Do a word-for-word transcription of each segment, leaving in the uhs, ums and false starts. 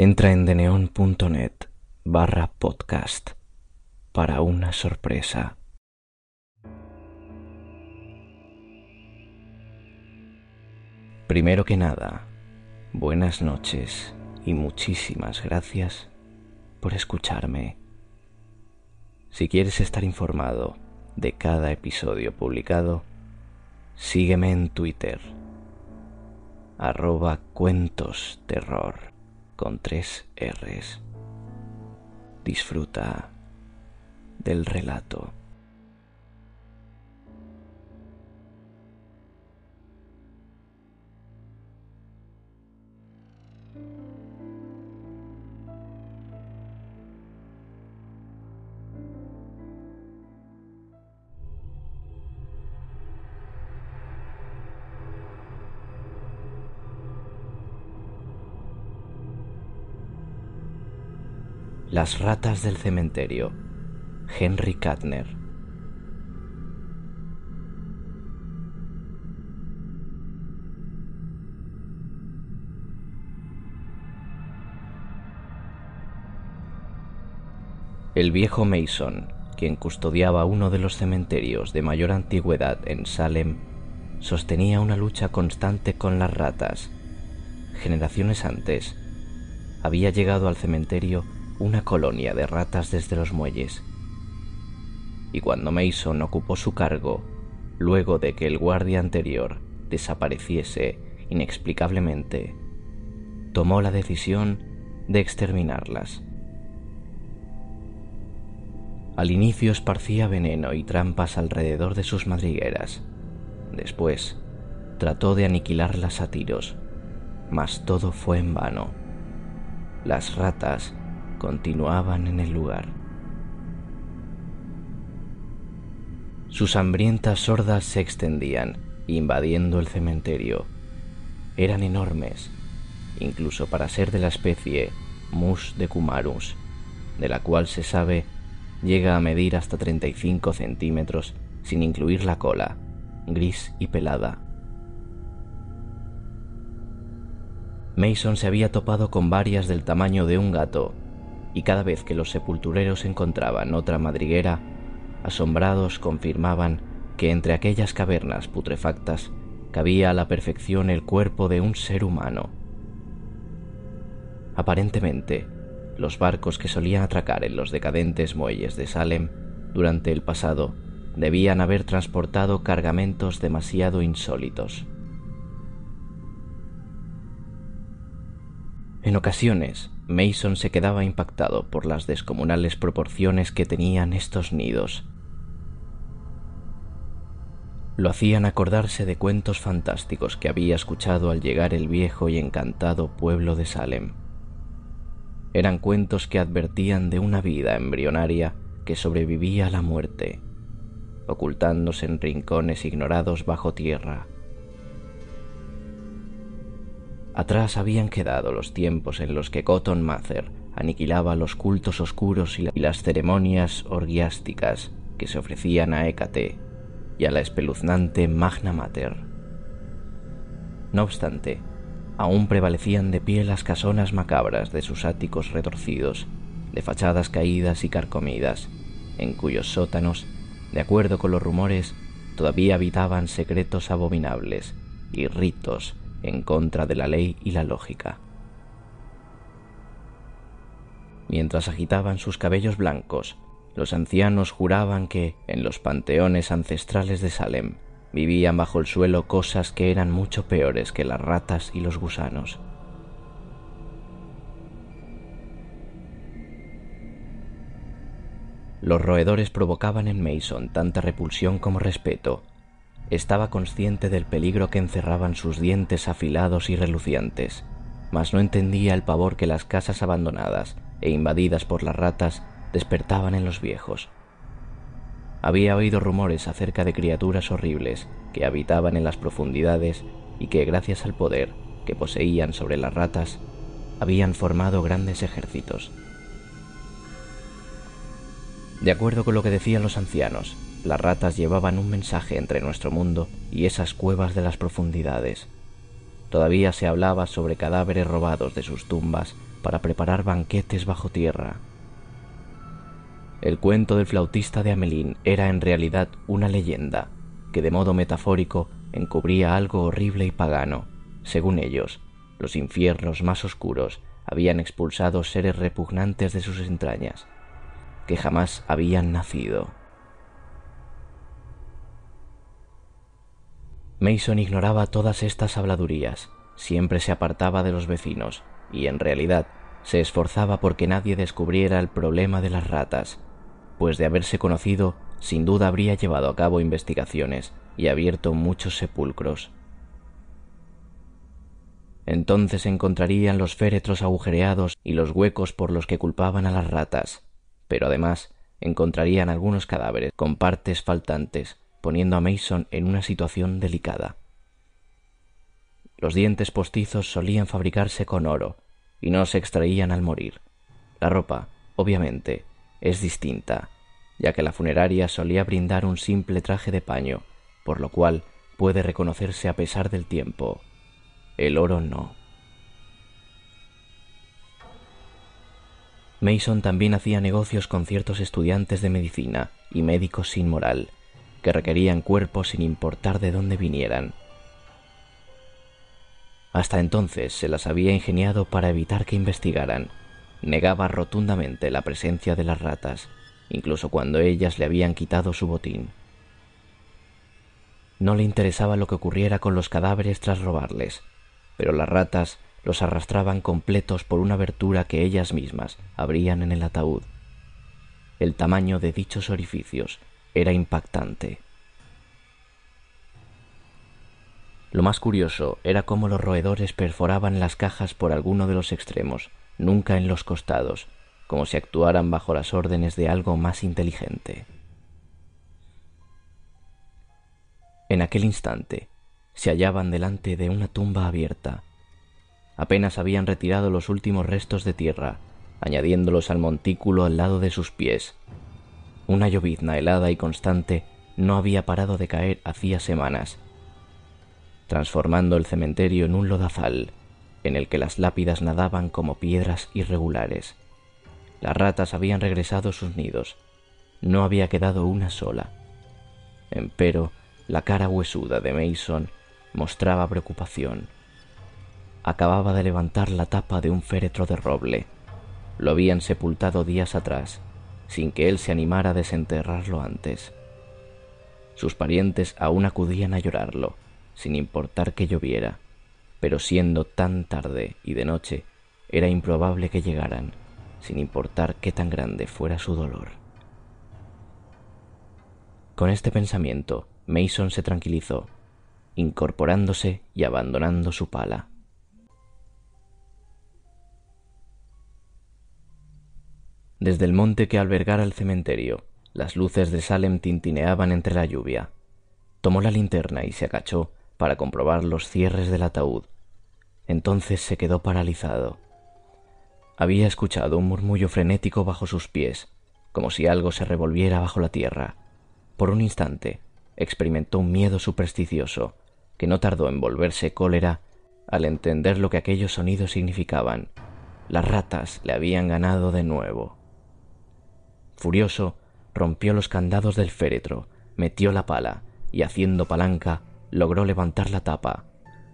Entra en deneon.net barra podcast para una sorpresa. Primero que nada, buenas noches y muchísimas gracias por escucharme. Si quieres estar informado de cada episodio publicado, sígueme en Twitter, arroba cuentos terror con tres R's. Disfruta del relato. Las ratas del cementerio. Henry Kattner. El viejo Mason, quien custodiaba uno de los cementerios de mayor antigüedad en Salem, sostenía una lucha constante con las ratas. Generaciones antes, había llegado al cementerio una colonia de ratas desde los muelles. Y cuando Mason ocupó su cargo, luego de que el guardia anterior desapareciese inexplicablemente, tomó la decisión de exterminarlas. Al inicio esparcía veneno y trampas alrededor de sus madrigueras. Después, trató de aniquilarlas a tiros, mas todo fue en vano. Las ratas continuaban en el lugar. Sus hambrientas hordas se extendían, invadiendo el cementerio. Eran enormes, incluso para ser de la especie Mus decumanus, de la cual se sabe llega a medir hasta treinta y cinco centímetros sin incluir la cola, gris y pelada. Mason se había topado con varias del tamaño de un gato, y cada vez que los sepultureros encontraban otra madriguera, asombrados confirmaban que entre aquellas cavernas putrefactas cabía a la perfección el cuerpo de un ser humano. Aparentemente, los barcos que solían atracar en los decadentes muelles de Salem durante el pasado debían haber transportado cargamentos demasiado insólitos. En ocasiones, Mason se quedaba impactado por las descomunales proporciones que tenían estos nidos. Lo hacían acordarse de cuentos fantásticos que había escuchado al llegar el viejo y encantado pueblo de Salem. Eran cuentos que advertían de una vida embrionaria que sobrevivía a la muerte, ocultándose en rincones ignorados bajo tierra. Atrás habían quedado los tiempos en los que Cotton Mather aniquilaba los cultos oscuros y las ceremonias orgiásticas que se ofrecían a Hécate y a la espeluznante Magna Mater. No obstante, aún prevalecían de pie las casonas macabras de sus áticos retorcidos, de fachadas caídas y carcomidas, en cuyos sótanos, de acuerdo con los rumores, todavía habitaban secretos abominables y ritos en contra de la ley y la lógica. Mientras agitaban sus cabellos blancos, los ancianos juraban que, en los panteones ancestrales de Salem, vivían bajo el suelo cosas que eran mucho peores que las ratas y los gusanos. Los roedores provocaban en Mason tanta repulsión como respeto. Estaba consciente del peligro que encerraban sus dientes afilados y relucientes, mas no entendía el pavor que las casas abandonadas e invadidas por las ratas despertaban en los viejos. Había oído rumores acerca de criaturas horribles que habitaban en las profundidades y que, gracias al poder que poseían sobre las ratas, habían formado grandes ejércitos. De acuerdo con lo que decían los ancianos, las ratas llevaban un mensaje entre nuestro mundo y esas cuevas de las profundidades. Todavía se hablaba sobre cadáveres robados de sus tumbas para preparar banquetes bajo tierra. El cuento del flautista de Hamelin era en realidad una leyenda que de modo metafórico encubría algo horrible y pagano. Según ellos, los infiernos más oscuros habían expulsado seres repugnantes de sus entrañas, que jamás habían nacido. Mason ignoraba todas estas habladurías, siempre se apartaba de los vecinos y, en realidad, se esforzaba porque nadie descubriera el problema de las ratas, pues de haberse conocido, sin duda habría llevado a cabo investigaciones y abierto muchos sepulcros. Entonces encontrarían los féretros agujereados y los huecos por los que culpaban a las ratas, pero además encontrarían algunos cadáveres con partes faltantes, poniendo a Mason en una situación delicada. Los dientes postizos solían fabricarse con oro y no se extraían al morir. La ropa, obviamente, es distinta, ya que la funeraria solía brindar un simple traje de paño, por lo cual puede reconocerse a pesar del tiempo. El oro no. Mason también hacía negocios con ciertos estudiantes de medicina y médicos sin moral, que requerían cuerpos sin importar de dónde vinieran. Hasta entonces se las había ingeniado para evitar que investigaran. Negaba rotundamente la presencia de las ratas, incluso cuando ellas le habían quitado su botín. No le interesaba lo que ocurriera con los cadáveres tras robarles, pero las ratas los arrastraban completos por una abertura que ellas mismas abrían en el ataúd. El tamaño de dichos orificios era impactante. Lo más curioso era cómo los roedores perforaban las cajas por alguno de los extremos, nunca en los costados, como si actuaran bajo las órdenes de algo más inteligente. En aquel instante, se hallaban delante de una tumba abierta. Apenas habían retirado los últimos restos de tierra, añadiéndolos al montículo al lado de sus pies. Una llovizna helada y constante no había parado de caer hacía semanas, transformando el cementerio en un lodazal, en el que las lápidas nadaban como piedras irregulares. Las ratas habían regresado a sus nidos. No había quedado una sola. Empero, la cara huesuda de Mason mostraba preocupación. Acababa de levantar la tapa de un féretro de roble. Lo habían sepultado días atrás, sin que él se animara a desenterrarlo antes. Sus parientes aún acudían a llorarlo, sin importar que lloviera, pero siendo tan tarde y de noche, era improbable que llegaran, sin importar qué tan grande fuera su dolor. Con este pensamiento, Mason se tranquilizó, incorporándose y abandonando su pala. Desde el monte que albergara el cementerio, las luces de Salem tintineaban entre la lluvia. Tomó la linterna y se agachó para comprobar los cierres del ataúd. Entonces se quedó paralizado. Había escuchado un murmullo frenético bajo sus pies, como si algo se revolviera bajo la tierra. Por un instante, experimentó un miedo supersticioso, que no tardó en volverse cólera al entender lo que aquellos sonidos significaban. Las ratas le habían ganado de nuevo. Furioso, rompió los candados del féretro, metió la pala y, haciendo palanca, logró levantar la tapa.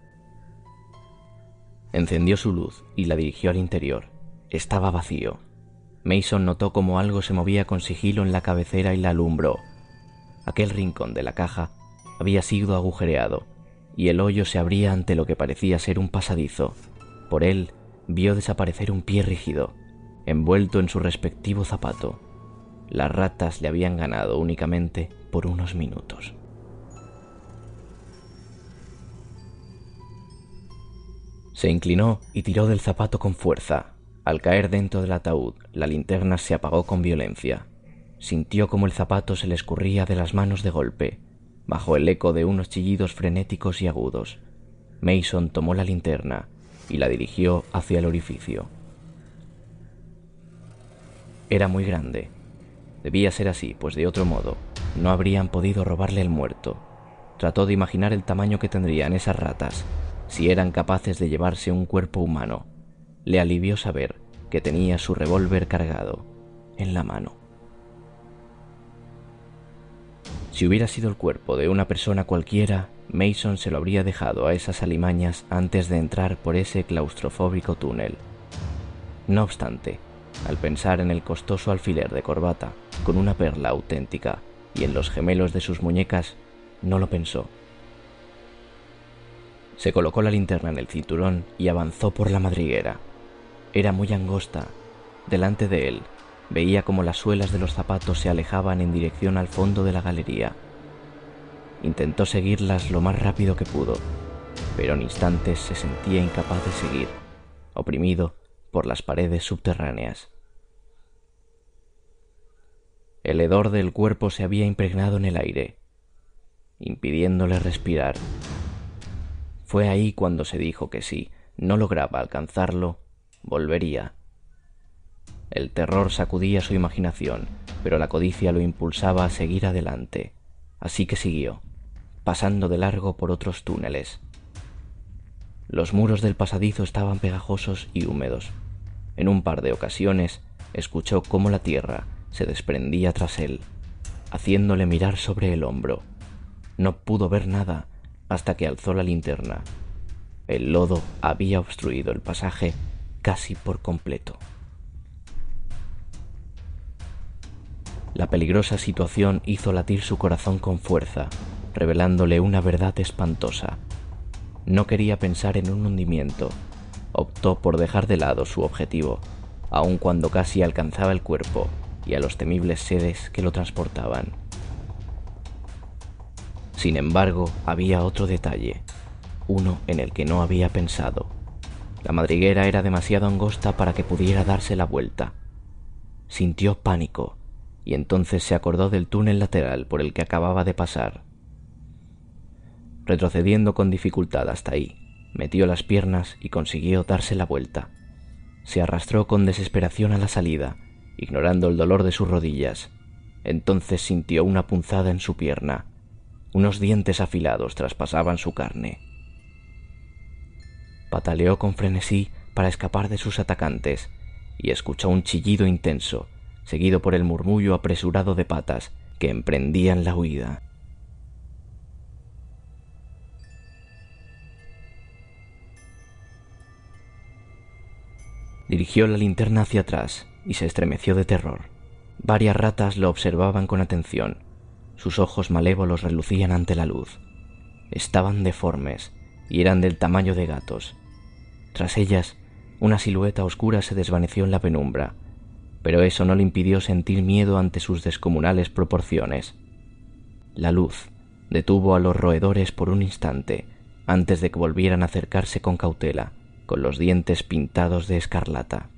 Encendió su luz y la dirigió al interior. Estaba vacío. Mason notó cómo algo se movía con sigilo en la cabecera y la alumbró. Aquel rincón de la caja había sido agujereado, y el hoyo se abría ante lo que parecía ser un pasadizo. Por él vio desaparecer un pie rígido, envuelto en su respectivo zapato. Las ratas le habían ganado únicamente por unos minutos. Se inclinó y tiró del zapato con fuerza. Al caer dentro del ataúd, la linterna se apagó con violencia. Sintió como el zapato se le escurría de las manos de golpe, bajo el eco de unos chillidos frenéticos y agudos. Mason tomó la linterna y la dirigió hacia el orificio. Era muy grande. Debía ser así, pues de otro modo no habrían podido robarle el muerto. Trató de imaginar el tamaño que tendrían esas ratas si eran capaces de llevarse un cuerpo humano, le alivió saber que tenía su revólver cargado en la mano. Si hubiera sido el cuerpo de una persona cualquiera, Mason se lo habría dejado a esas alimañas antes de entrar por ese claustrofóbico túnel. No obstante, al pensar en el costoso alfiler de corbata con una perla auténtica y en los gemelos de sus muñecas, no lo pensó. Se colocó la linterna en el cinturón y avanzó por la madriguera. Era muy angosta. Delante de él, veía cómo las suelas de los zapatos se alejaban en dirección al fondo de la galería. Intentó seguirlas lo más rápido que pudo, pero en instantes se sentía incapaz de seguir, oprimido por las paredes subterráneas. El hedor del cuerpo se había impregnado en el aire, impidiéndole respirar. Fue ahí cuando se dijo que si no lograba alcanzarlo, volvería. El terror sacudía su imaginación, pero la codicia lo impulsaba a seguir adelante, así que siguió, pasando de largo por otros túneles. Los muros del pasadizo estaban pegajosos y húmedos. En un par de ocasiones escuchó cómo la tierra se desprendía tras él, haciéndole mirar sobre el hombro. No pudo ver nada hasta que alzó la linterna. El lodo había obstruido el pasaje casi por completo. La peligrosa situación hizo latir su corazón con fuerza, revelándole una verdad espantosa. No quería pensar en un hundimiento. Optó por dejar de lado su objetivo, aun cuando casi alcanzaba el cuerpo y a los temibles seres que lo transportaban. Sin embargo, había otro detalle, uno en el que no había pensado. La madriguera era demasiado angosta para que pudiera darse la vuelta. Sintió pánico, y entonces se acordó del túnel lateral por el que acababa de pasar. Retrocediendo con dificultad hasta ahí, metió las piernas y consiguió darse la vuelta. Se arrastró con desesperación a la salida, ignorando el dolor de sus rodillas. Entonces sintió una punzada en su pierna. Unos dientes afilados traspasaban su carne. Pataleó con frenesí para escapar de sus atacantes y escuchó un chillido intenso, seguido por el murmullo apresurado de patas que emprendían la huida. Dirigió la linterna hacia atrás y se estremeció de terror. Varias ratas lo observaban con atención. Sus ojos malévolos relucían ante la luz. Estaban deformes y eran del tamaño de gatos. Tras ellas, una silueta oscura se desvaneció en la penumbra, pero eso no le impidió sentir miedo ante sus descomunales proporciones. La luz detuvo a los roedores por un instante, antes de que volvieran a acercarse con cautela, con los dientes pintados de escarlata.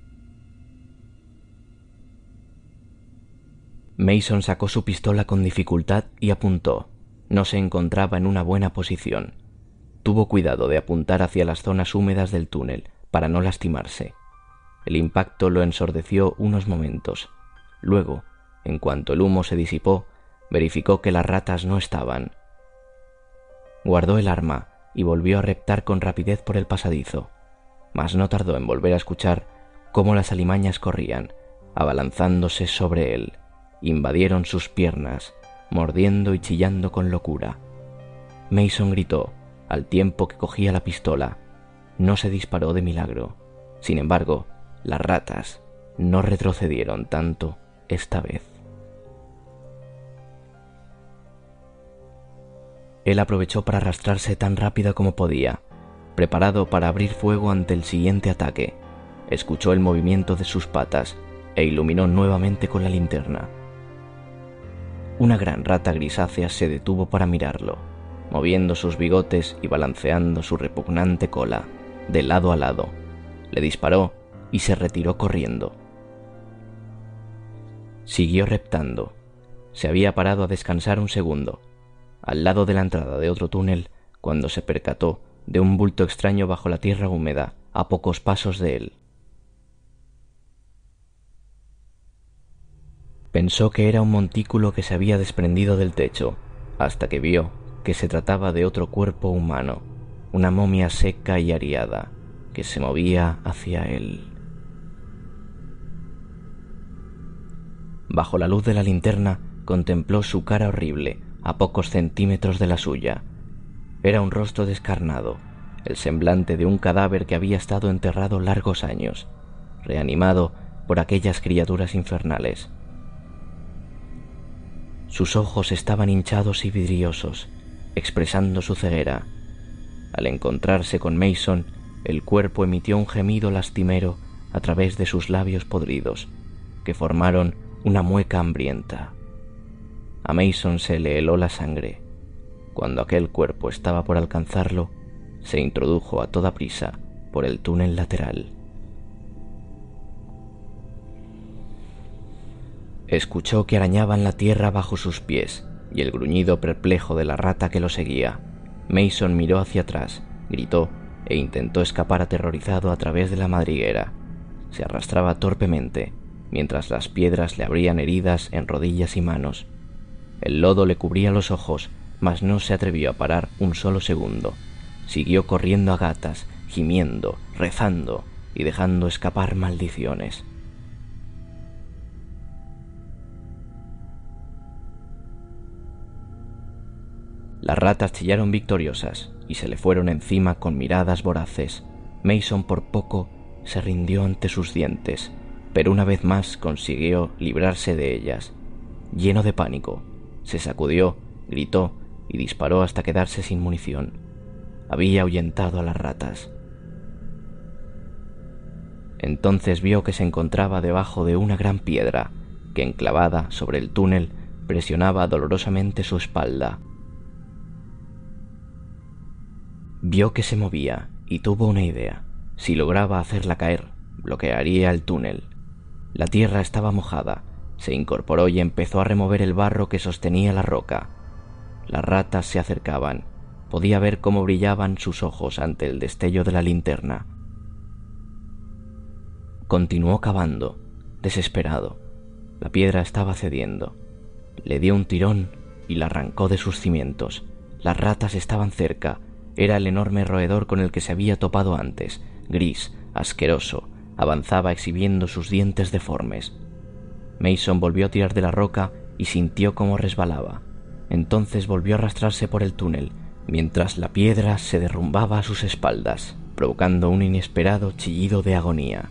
Mason sacó su pistola con dificultad y apuntó. No se encontraba en una buena posición. Tuvo cuidado de apuntar hacia las zonas húmedas del túnel para no lastimarse. El impacto lo ensordeció unos momentos. Luego, en cuanto el humo se disipó, verificó que las ratas no estaban. Guardó el arma y volvió a reptar con rapidez por el pasadizo, mas no tardó en volver a escuchar cómo las alimañas corrían, abalanzándose sobre él. Invadieron sus piernas, mordiendo y chillando con locura. Mason gritó, al tiempo que cogía la pistola. No se disparó de milagro. Sin embargo, las ratas no retrocedieron tanto esta vez. Él aprovechó para arrastrarse tan rápido como podía, preparado para abrir fuego ante el siguiente ataque. Escuchó el movimiento de sus patas e iluminó nuevamente con la linterna. Una gran rata grisácea se detuvo para mirarlo, moviendo sus bigotes y balanceando su repugnante cola de lado a lado. Le disparó y se retiró corriendo. Siguió reptando. Se había parado a descansar un segundo, al lado de la entrada de otro túnel, cuando se percató de un bulto extraño bajo la tierra húmeda, a pocos pasos de él. Pensó que era un montículo que se había desprendido del techo, hasta que vio que se trataba de otro cuerpo humano, una momia seca y ariada, que se movía hacia él. Bajo la luz de la linterna contempló su cara horrible, a pocos centímetros de la suya. Era un rostro descarnado, el semblante de un cadáver que había estado enterrado largos años, reanimado por aquellas criaturas infernales. Sus ojos estaban hinchados y vidriosos, expresando su ceguera. Al encontrarse con Mason, el cuerpo emitió un gemido lastimero a través de sus labios podridos, que formaron una mueca hambrienta. A Mason se le heló la sangre. Cuando aquel cuerpo estaba por alcanzarlo, se introdujo a toda prisa por el túnel lateral. Escuchó que arañaban la tierra bajo sus pies y el gruñido perplejo de la rata que lo seguía. Mason miró hacia atrás, gritó e intentó escapar aterrorizado a través de la madriguera. Se arrastraba torpemente, mientras las piedras le abrían heridas en rodillas y manos. El lodo le cubría los ojos, mas no se atrevió a parar un solo segundo. Siguió corriendo a gatas, gimiendo, rezando y dejando escapar maldiciones. Las ratas chillaron victoriosas y se le fueron encima con miradas voraces. Mason por poco se rindió ante sus dientes, pero una vez más consiguió librarse de ellas. Lleno de pánico, se sacudió, gritó y disparó hasta quedarse sin munición. Había ahuyentado a las ratas. Entonces vio que se encontraba debajo de una gran piedra que, enclavada sobre el túnel, presionaba dolorosamente su espalda. Vio que se movía y tuvo una idea. Si lograba hacerla caer, bloquearía el túnel. La tierra estaba mojada. Se incorporó y empezó a remover el barro que sostenía la roca. Las ratas se acercaban. Podía ver cómo brillaban sus ojos ante el destello de la linterna. Continuó cavando, desesperado. La piedra estaba cediendo. Le dio un tirón y la arrancó de sus cimientos. Las ratas estaban cerca. Era el enorme roedor con el que se había topado antes, gris, asqueroso. Avanzaba exhibiendo sus dientes deformes. Mason volvió a tirar de la roca y sintió cómo resbalaba. Entonces volvió a arrastrarse por el túnel, mientras la piedra se derrumbaba a sus espaldas, provocando un inesperado chillido de agonía.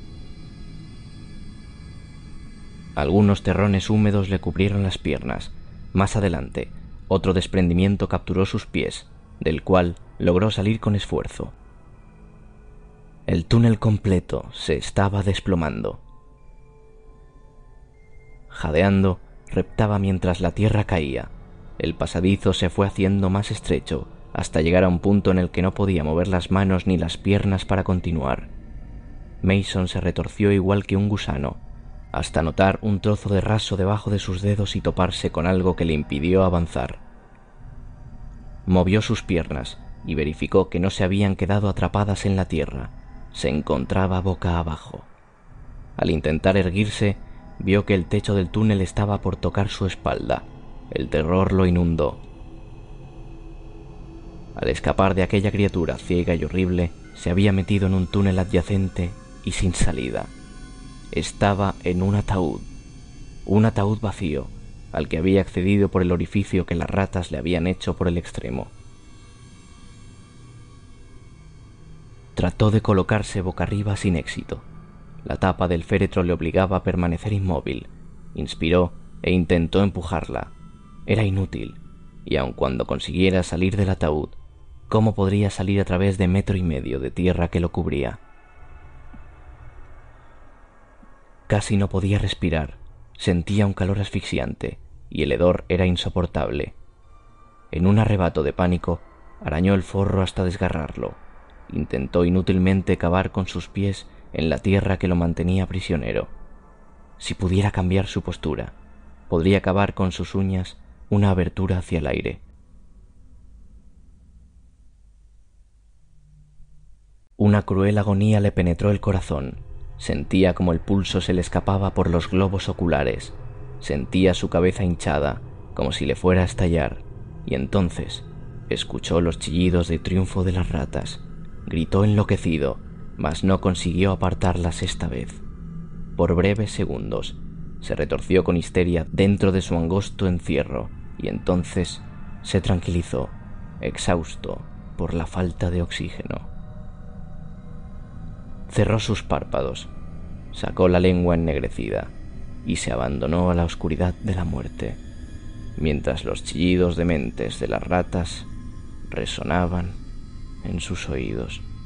Algunos terrones húmedos le cubrieron las piernas. Más adelante, otro desprendimiento capturó sus pies, del cual logró salir con esfuerzo. El túnel completo se estaba desplomando. Jadeando, reptaba mientras la tierra caía. El pasadizo se fue haciendo más estrecho, hasta llegar a un punto en el que no podía mover las manos ni las piernas para continuar. Mason se retorció igual que un gusano, hasta notar un trozo de raso debajo de sus dedos y toparse con algo que le impidió avanzar. Movió sus piernas y verificó que no se habían quedado atrapadas en la tierra. Se encontraba boca abajo. Al intentar erguirse, vio que el techo del túnel estaba por tocar su espalda. El terror lo inundó. Al escapar de aquella criatura ciega y horrible, se había metido en un túnel adyacente y sin salida. Estaba en un ataúd, un ataúd vacío, al que había accedido por el orificio que las ratas le habían hecho por el extremo. Trató de colocarse boca arriba sin éxito. La tapa del féretro le obligaba a permanecer inmóvil. Inspiró e intentó empujarla. Era inútil, y aun cuando consiguiera salir del ataúd, ¿cómo podría salir a través de metro y medio de tierra que lo cubría? Casi no podía respirar. Sentía un calor asfixiante y el hedor era insoportable. En un arrebato de pánico, arañó el forro hasta desgarrarlo. Intentó inútilmente cavar con sus pies en la tierra que lo mantenía prisionero. Si pudiera cambiar su postura, podría cavar con sus uñas una abertura hacia el aire. Una cruel agonía le penetró el corazón. Sentía como el pulso se le escapaba por los globos oculares. Sentía su cabeza hinchada, como si le fuera a estallar, y entonces escuchó los chillidos de triunfo de las ratas. Gritó enloquecido mas no consiguió apartarlas esta vez. Por breves segundos se retorció con histeria dentro de su angosto encierro y entonces se tranquilizó, exhausto por la falta de oxígeno. Cerró sus párpados, sacó la lengua ennegrecida y se abandonó a la oscuridad de la muerte, mientras los chillidos dementes de las ratas resonaban en sus oídos.